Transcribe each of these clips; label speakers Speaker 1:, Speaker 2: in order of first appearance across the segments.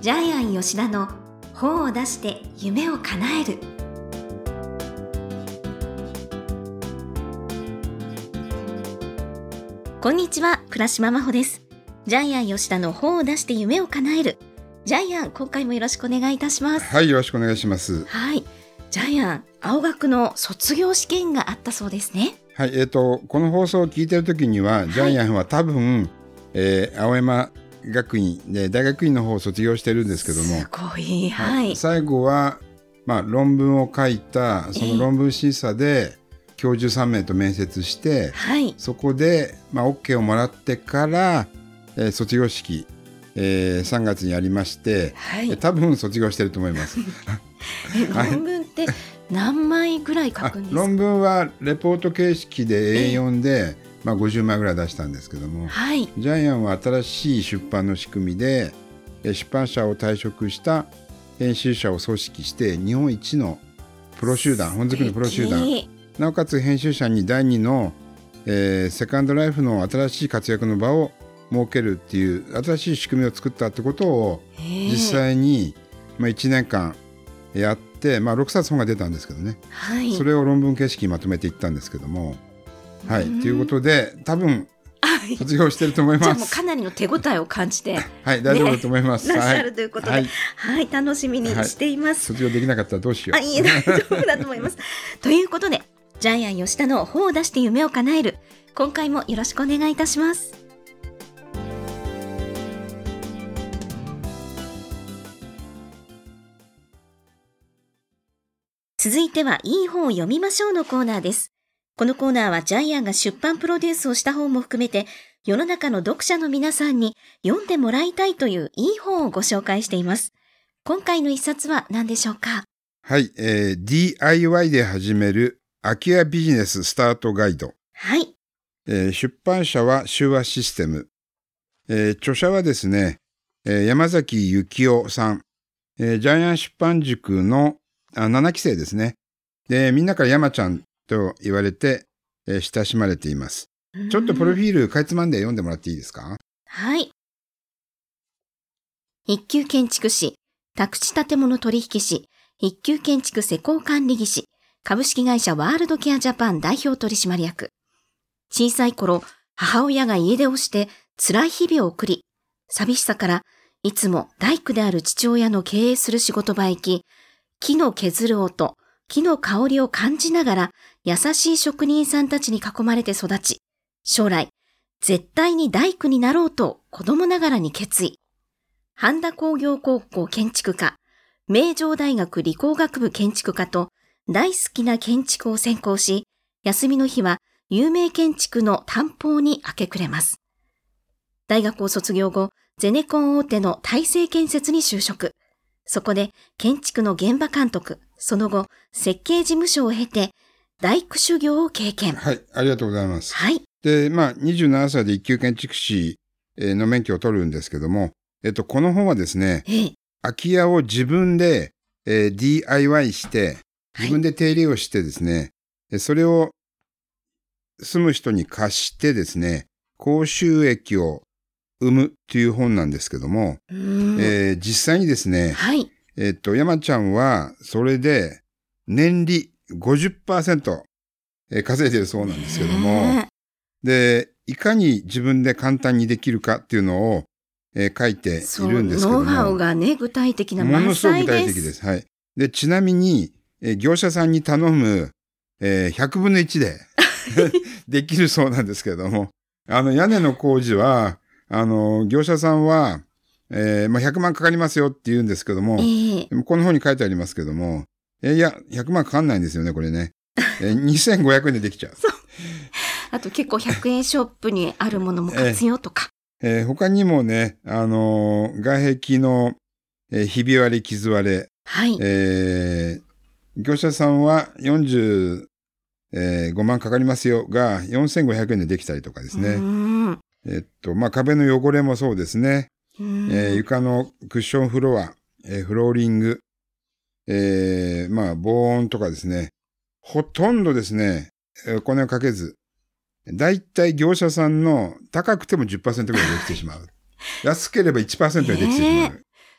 Speaker 1: ジャイアン吉田の本を出して夢を叶える。こんにちは、倉島真帆です。ジャイアン吉田の本を出して夢を叶える。ジャイアン、今回もよろしくお願いいたします。
Speaker 2: はい、よろしくお願いします。
Speaker 1: はい、ジャイアン、青学の卒業試験があったそうですね。
Speaker 2: はい、この放送を聞いているときには、ジャイアンは多分、青山学院で大学院の方を卒業してるんですけども、
Speaker 1: すごい、はい。
Speaker 2: 最後は、論文を書いたその論文審査で教授3名と面接して、そこで、OK をもらってから、卒業式、3月にやりまして、多分卒業してると思います。
Speaker 1: 論文って何枚ぐらい書くんですか？
Speaker 2: 論文はレポート形式で A4 で、50枚ぐらい出したんですけども、ジャイアンは新しい出版の仕組みで出版社を退職した編集者を組織して日本一のプロ集団、本作りのプロ集団、なおかつ編集者に第2の、セカンドライフの新しい活躍の場を設けるっていう新しい仕組みを作ったってことを実際に、1年間やって、6冊本が出たんですけどね、それを論文形式にまとめていったんですけども、ということで多分卒業してると思います。
Speaker 1: じゃあもうかなりの手応えを感じて、
Speaker 2: 大丈夫だと思います。
Speaker 1: らっしゃるということで、楽しみにしています。
Speaker 2: 卒業できなかったらどうしよう。
Speaker 1: いい、大丈夫だと思います。ということで、ジャイアン吉田の本を出して夢を叶える、今回もよろしくお願いいたします。続いてはいい本を読みましょうのコーナーです。このコーナーはジャイアンが出版プロデュースをした本も含めて、世の中の読者の皆さんに読んでもらいたいといういい本をご紹介しています。今回の一冊は何でしょうか？
Speaker 2: はい、DIY で始める空き家ビジネススタートガイド。出版社は修和システム。著者はですね、山崎幸夫さん。ジャイアン出版塾の7期生ですね。で、みんなから山ちゃんと言われて、親しまれています。ちょっとプロフィールかいつまんで読んでもらっていいですか？
Speaker 1: 一級建築士、宅地建物取引士、一級建築施工管理技師、株式会社ワールドケアジャパン代表取締役。小さい頃、母親が家出をして辛い日々を送り、寂しさからいつも大工である父親の経営する仕事場へ行き、木の削る音、木の香りを感じながら優しい職人さんたちに囲まれて育ち、将来絶対に大工になろうと子供ながらに決意。半田工業高校建築科、名城大学理工学部建築科と大好きな建築を専攻し、休みの日は有名建築の担保に明け暮れます。大学を卒業後、ゼネコン大手の大成建設に就職。そこで建築の現場監督、その後設計事務所を経て大工修行を経験。
Speaker 2: ありがとうございます。で、27歳で一級建築士の免許を取るんですけども、この本はですね、空き家を自分で、DIY して自分で手入れをしてですね、それを住む人に貸してですね、高収益を生むという本なんですけども、実際にですね、山ちゃんはそれで年利 50% 稼いでるそうなんですけども、で、いかに自分で簡単にできるかっていうのを、書いているんですけども、
Speaker 1: ノウハウがね、具体的な満載です。
Speaker 2: ものすごく具体的です。で、ちなみに、業者さんに頼む、100分の1でできるそうなんですけれども、屋根の工事は業者さんは、100万かかりますよって言うんですけども、この本に書いてありますけども、いや、100万かかんないんですよね、これね。2500円でできちゃう。
Speaker 1: あと結構100円ショップにあるものも活用とか。
Speaker 2: 他にもね、外壁の、ひび割れ、傷割れ、業者さんは45万かかりますよが4500円でできたりとかですね。壁の汚れもそうですね。床のクッションフロア、フローリング、防音とかですね。ほとんどですね、お金をかけず、だいたい業者さんの高くても 10% ぐらいできてしまう。安ければ 1% でできてしまう。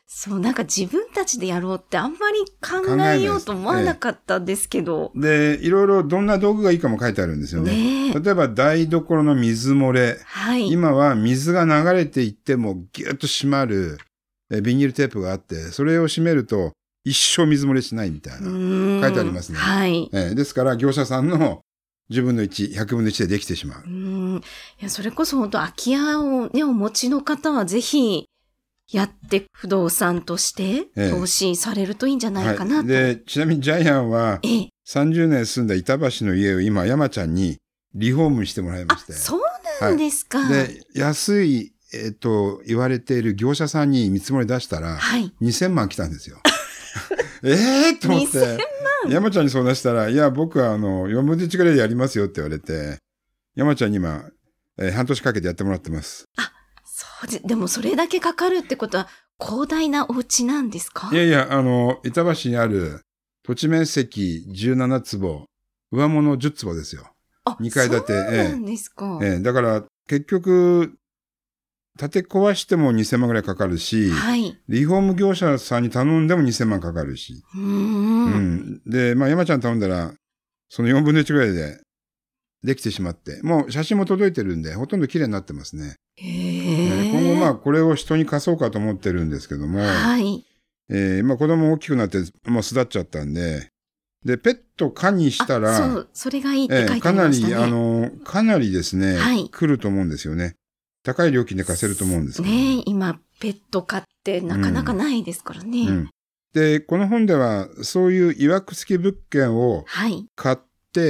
Speaker 1: そう、なんか自分たちでやろうってあんまり考えようと思わなかったんですけど。
Speaker 2: で、いろいろどんな道具がいいかも書いてあるんですよね。例えば台所の水漏れ。はい、今は水が流れていってもギュッと締まるビニールテープがあって、それを締めると一生水漏れしないみたいな書いてありますね。はい。ですから業者さんの10分の1、100分の1でできてしまう。
Speaker 1: いや、それこそ本当空き家をね、お持ちの方はぜひ、やって不動産として投資されるといいんじゃないかなと。
Speaker 2: で、ちなみにジャイアンは30年住んだ板橋の家を今山ちゃんにリフォームしてもらいまして。
Speaker 1: そうなんですか。
Speaker 2: はい、で、安い、言われている業者さんに見積もり出したら、2000万来たんですよ。と思って。山ちゃんに相談したら、いや、僕は4分の1ぐらいでやりますよって言われて、山ちゃんに今、半年かけてやってもらってます。
Speaker 1: そうでもそれだけかかるってことは広大なお家なんですか？
Speaker 2: いやいや、板橋にある土地面積17坪、上物10坪ですよ。2階建て。
Speaker 1: そうなんですか。
Speaker 2: だから結局、建て壊しても2000万ぐらいかかるし、リフォーム業者さんに頼んでも2000万かかるし。で、まあ山ちゃん頼んだら、その4分の1ぐらいでできてしまって、もう写真も届いてるんで、ほとんど綺麗になってますね。今後まあこれを人に貸そうかと思ってるんですけども、まあ子供大きくなってもう巣立っちゃったんで、で、ペット可にしたら、
Speaker 1: それがいいって書いてありましたね。
Speaker 2: かなりですね、来ると思うんですよね。高い料金で貸せると思うんですけどね。
Speaker 1: 今、ペット飼ってなかなかないですからね。
Speaker 2: で、この本では、そういう曰く付き物件を買って、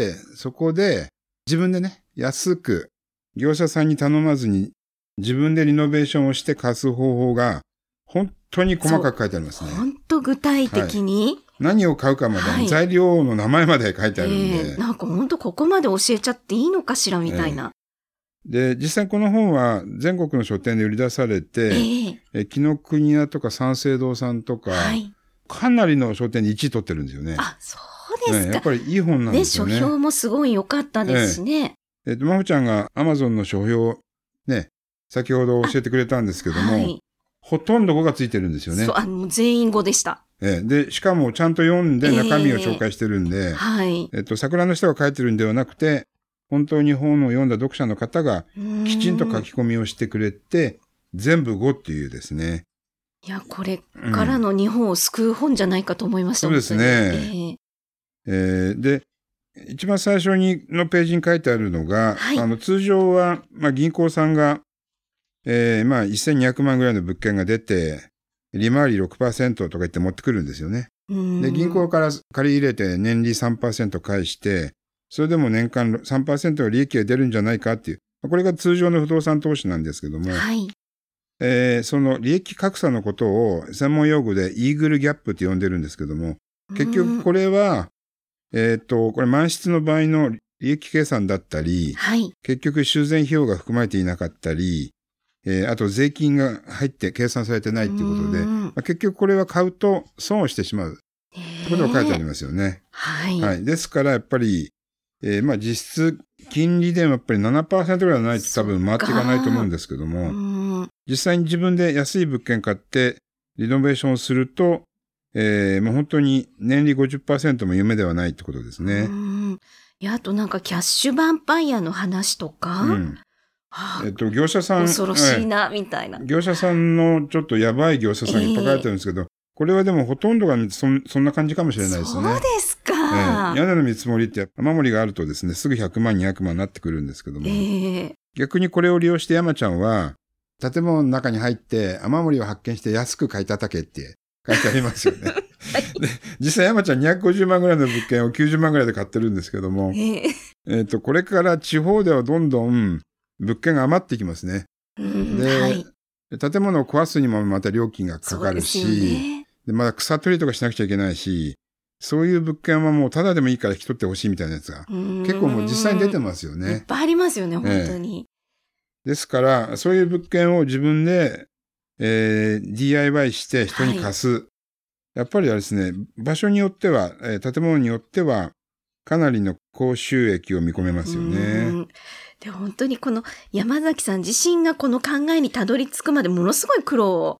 Speaker 2: そこで自分でね、安く、業者さんに頼まずに、自分でリノベーションをして貸す方法が、本当に細かく書いてありますね。
Speaker 1: 本当具体的に、
Speaker 2: 何を買うかまで、材料の名前まで書いてあるんで。
Speaker 1: なんか本当ここまで教えちゃっていいのかしらみたいな。
Speaker 2: で、実際この本は全国の書店で売り出されて、紀ノ国屋とか三省堂さんとか、かなりの書店で1位取ってるんですよね。
Speaker 1: そうですか。
Speaker 2: やっぱりいい本なんですよね。
Speaker 1: 書評もすごい良かったですしね。
Speaker 2: まほちゃんが Amazon の書評、ね、先ほど教えてくれたんですけども、ほとんど語がついてるんですよね。
Speaker 1: もう全員語でした。
Speaker 2: で、しかもちゃんと読んで中身を紹介してるんで、桜の人が書いてるんではなくて、本当に本を読んだ読者の方がきちんと書き込みをしてくれて、全部語っていうですね。
Speaker 1: いや、これからの日本を救う本じゃないかと思いました。
Speaker 2: そうですね。で、一番最初のページに書いてあるのが、通常は、銀行さんが、1200万ぐらいの物件が出て、利回り 6% とか言って持ってくるんですよね。で、銀行から借り入れて年利 3% 返して、それでも年間 3% の利益が出るんじゃないかっていう、これが通常の不動産投資なんですけども、その利益格差のことを専門用語でイーグルギャップって呼んでるんですけども、結局これは、これ満室の場合の利益計算だったり、結局修繕費用が含まれていなかったり、あと税金が入って計算されてないっていうことで、結局これは買うと損をしてしまう。ってことが書いてありますよね。ですからやっぱり、実質金利でもやっぱり 7% ぐらいないと多分回っていかないと思うんですけども、実際に自分で安い物件買ってリノベーションをすると、もう本当に年利 50% も夢ではないってことですね。
Speaker 1: いや、あとなんかキャッシュバンパイアの話とか、
Speaker 2: 業者さん、
Speaker 1: 恐ろしいな、みたいな。
Speaker 2: 業者さんのちょっとやばい業者さんいっぱい書いてるんですけど、これはでもほとんどがそんな感じかもしれないですね。
Speaker 1: そうですか。
Speaker 2: 屋根の見積もりって雨漏りがあるとですね、すぐ100万、200万になってくるんですけども、逆にこれを利用して山ちゃんは、建物の中に入って雨漏りを発見して安く買い叩けって書いてありますよね。で、実際山ちゃん250万ぐらいの物件を90万ぐらいで買ってるんですけども、これから地方ではどんどん物件が余ってきますね。建物を壊すにもまた料金がかかるし、でまだ草取りとかしなくちゃいけないし、そういう物件はもうただでもいいから引き取ってほしいみたいなやつが結構もう実際に出てますよね。
Speaker 1: いっぱいありますよね、本当に。
Speaker 2: ですから、そういう物件を自分で、DIY して人に貸す。やっぱりはですね、場所によっては、建物によっては、かなりの高収益を見込めますよね。
Speaker 1: で、本当にこの山崎さん自身がこの考えにたどり着くまでものすごい苦労を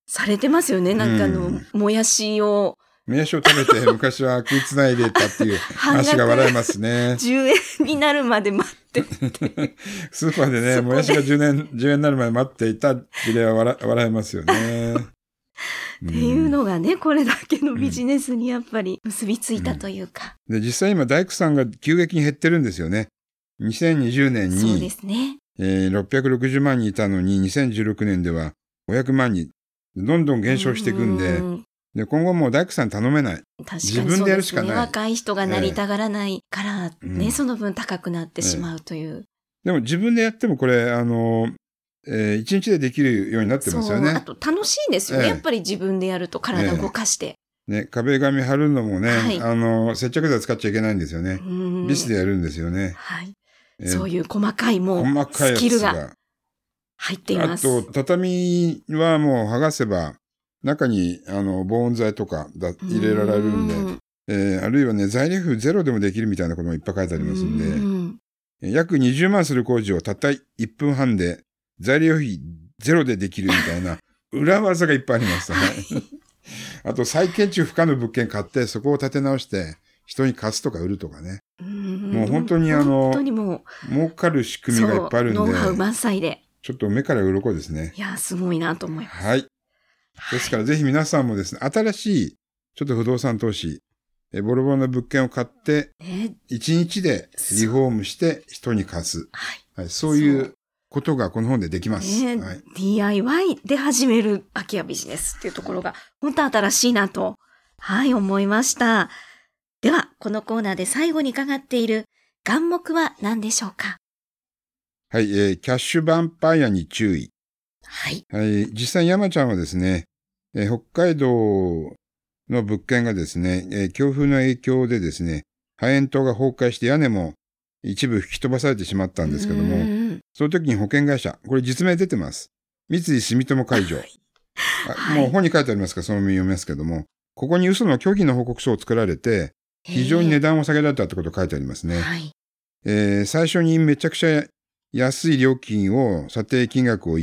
Speaker 1: されてますよね。なんかもやしを
Speaker 2: 食べて昔は食いつないでたっていう話が笑えますね。
Speaker 1: 10円になるまで待って
Speaker 2: スーパーでね、もやしが10円になるまで待っていた事例は笑えますよね。
Speaker 1: っていうのがね、これだけのビジネスにやっぱり結びついたというか。
Speaker 2: で、実際今大工さんが急激に減ってるんですよね。2020年に
Speaker 1: そうですね。
Speaker 2: 660万人いたのに2016年では500万人。どんどん減少していくんで、今後もう大工さん頼めない。
Speaker 1: 確かに
Speaker 2: 自分でやるしかない。
Speaker 1: 若い人がなりたがらないからね、その分高くなってしまうという。
Speaker 2: でも自分でやってもこれ、1日でできるようになってますよね。
Speaker 1: あと楽しいですよね。やっぱり自分でやると体を動かして。
Speaker 2: ね、壁紙貼るのもね、接着剤使っちゃいけないんですよね。ビスでやるんですよね。
Speaker 1: はい。そういう細かいスキルが入っています。
Speaker 2: あと、畳はもう剥がせば、中に防音材とか入れられるんで、あるいはね、材料費ゼロでもできるみたいなこともいっぱい書いてありますんで、約20万する工事をたった1分半で材料費ゼロでできるみたいな裏技がいっぱいあります。あと、再建築不可の物件買って、そこを建て直して、人に貸すとか売るとかね。もう本当に儲かる仕組みがいっぱいあるんで。
Speaker 1: ノウハウ満載で。
Speaker 2: ちょっと目から鱗ですね。
Speaker 1: いや、すごいなと思います。
Speaker 2: はい。ですからぜひ皆さんもですね、新しいちょっと不動産投資、ボロボロの物件を買って、1日でリフォームして人に貸す。はい、そういうことがこの本でできます。はい、
Speaker 1: DIY で始める空き家ビジネスっていうところが本当新しいなと、思いました。では、このコーナーで最後に伺っている眼目は何でしょうか？
Speaker 2: はい、キャッシュバンパイアに注意。
Speaker 1: はい。
Speaker 2: 実際に山ちゃんはですね、北海道の物件がですね、強風の影響でですね、排煙塔が崩壊して屋根も一部吹き飛ばされてしまったんですけども、その時に保険会社、これ実名出てます。三井住友海上。もう本に書いてありますから、そのまま読みますけども、ここに嘘の虚偽の報告書を作られて、非常に値段を下げられたってことが書いてありますね。最初にめちゃくちゃ安い料金を査定金額を言って、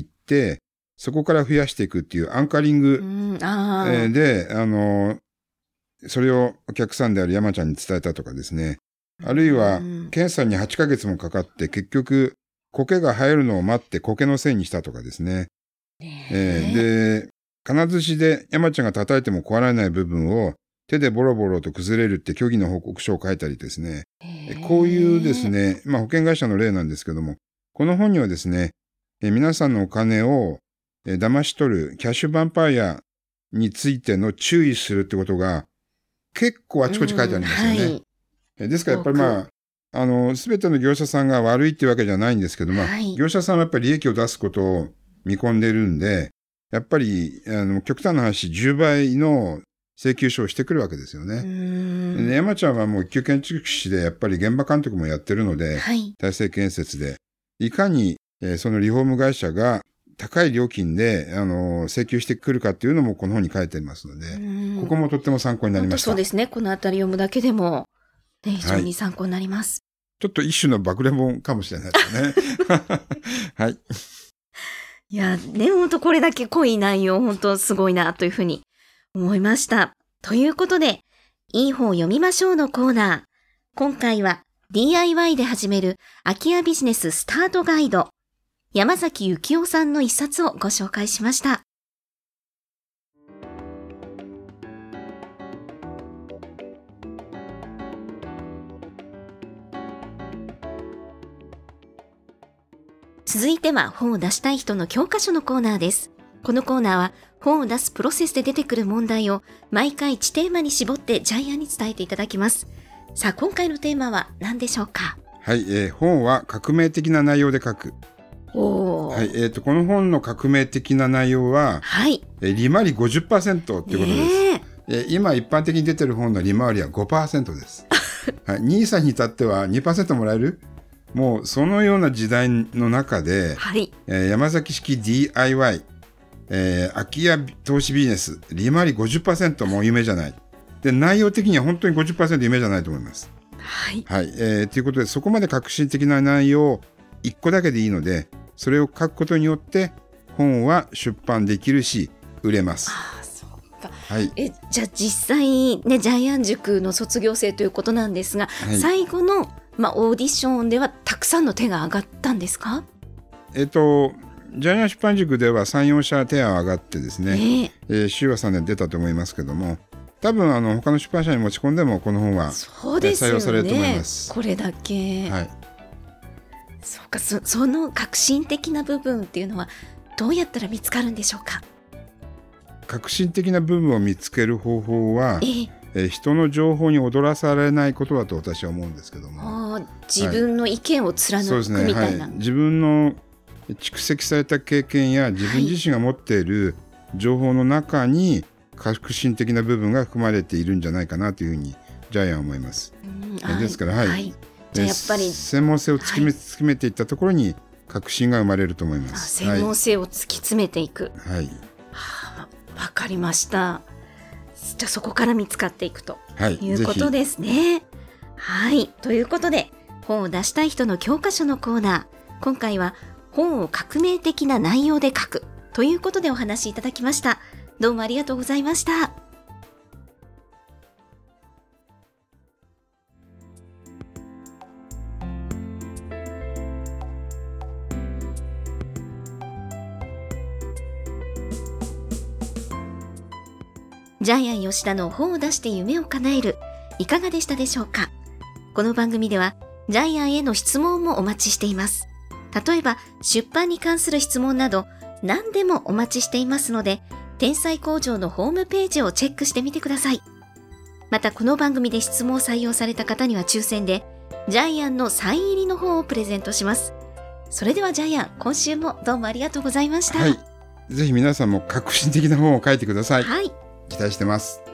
Speaker 2: そこから増やしていくっていうアンカリングで、それをお客さんである山ちゃんに伝えたとかですね。あるいは、検査に8ヶ月もかかって、結局、苔が生えるのを待って苔のせいにしたとかですね。で、金槌で山ちゃんが叩いても壊れない部分を手でボロボロと崩れるって虚偽の報告書を書いたりですね。こういうですね、保険会社の例なんですけども、この本にはですね、皆さんのお金を騙し取るキャッシュバンパイアについての注意するってことが結構あちこち書いてありますよね。ですからやっぱりすべての業者さんが悪いっていうわけじゃないんですけど、業者さんはやっぱり利益を出すことを見込んでいるんで、やっぱり極端な話10倍の請求書をしてくるわけですよね。山ちゃんはもう一級建築士でやっぱり現場監督もやってるので、大成建設でいかにそのリフォーム会社が高い料金で請求してくるかっていうのもこの本に書いてありますので、ここもとっても参考になりました。
Speaker 1: そうですね。このあたり読むだけでも、非常に参考になります。
Speaker 2: ちょっと一種の爆レ本かもしれないですね。はい。
Speaker 1: いや、ね、本当これだけ濃い内容、本当すごいなというふうに思いました。ということで、いい本を読みましょうのコーナー。今回は DIY で始める空き家ビジネススタートガイド。山崎幸雄さんの一冊をご紹介しました。続いては本を出したい人の教科書のコーナーです。このコーナーは本を出すプロセスで出てくる問題を毎回1テーマに絞ってジャイアンに伝えていただきます。さあ、今回のテーマは何でしょうか？
Speaker 2: はい、本は革命的な内容で書く。はい、この本の革命的な内容は、利回り 50% っていうことです。今一般的に出てる本の利回りは 5% です。NISA に至っては 2% もらえる？もうそのような時代の中で、山崎式 DIY、空き家投資ビジネス、利回り 50% も夢じゃない。で、内容的には本当に 50% 夢じゃないと思います。ということで、そこまで革新的な内容を1個だけでいいので、それを書くことによって本は出版できるし、 売れます。
Speaker 1: そうか。
Speaker 2: はい、
Speaker 1: じゃあ実際ね、ジャイアン塾の卒業生ということなんですが、はい、最後の、オーディションではたくさんの手が挙がったんですか？
Speaker 2: ジャイアン出版塾では 3,4 社手が上がってですね、修和さんで出たと思いますけども、多分他の出版社に持ち込んでもこの本は採用されると思います。
Speaker 1: これだけ、
Speaker 2: はい、
Speaker 1: そうか。その革新的な部分っていうのはどうやったら見つかるんでしょうか？
Speaker 2: 革新的な部分を見つける方法は、人の情報に踊らされないことだと私は思うんですけども、
Speaker 1: 自分の意見を貫くみたいな、
Speaker 2: 自分の蓄積された経験や自分自身が持っている情報の中に革新的な部分が含まれているんじゃないかなというふうにジャイアンは思います。ですから、じゃあやっぱり専門性を突き詰めていったところに革新が生まれると思います。
Speaker 1: 専門性を突き詰めていく。わかりました。じゃあそこから見つかっていくということですね。ということで、本を出したい人の教科書のコーナー、今回は本を革命的な内容で書くということでお話しいただきました。どうもありがとうございました。ジャイアン吉田の本を出して夢を叶える、いかがでしたでしょうか？この番組ではジャイアンへの質問もお待ちしています。例えば出版に関する質問など何でもお待ちしていますので、天才工場のホームページをチェックしてみてください。またこの番組で質問を採用された方には抽選でジャイアンのサイン入りの本をプレゼントします。それではジャイアン、今週もどうもありがとうございました。
Speaker 2: ぜひ皆さんも革新的な本を書いてください。期待してます。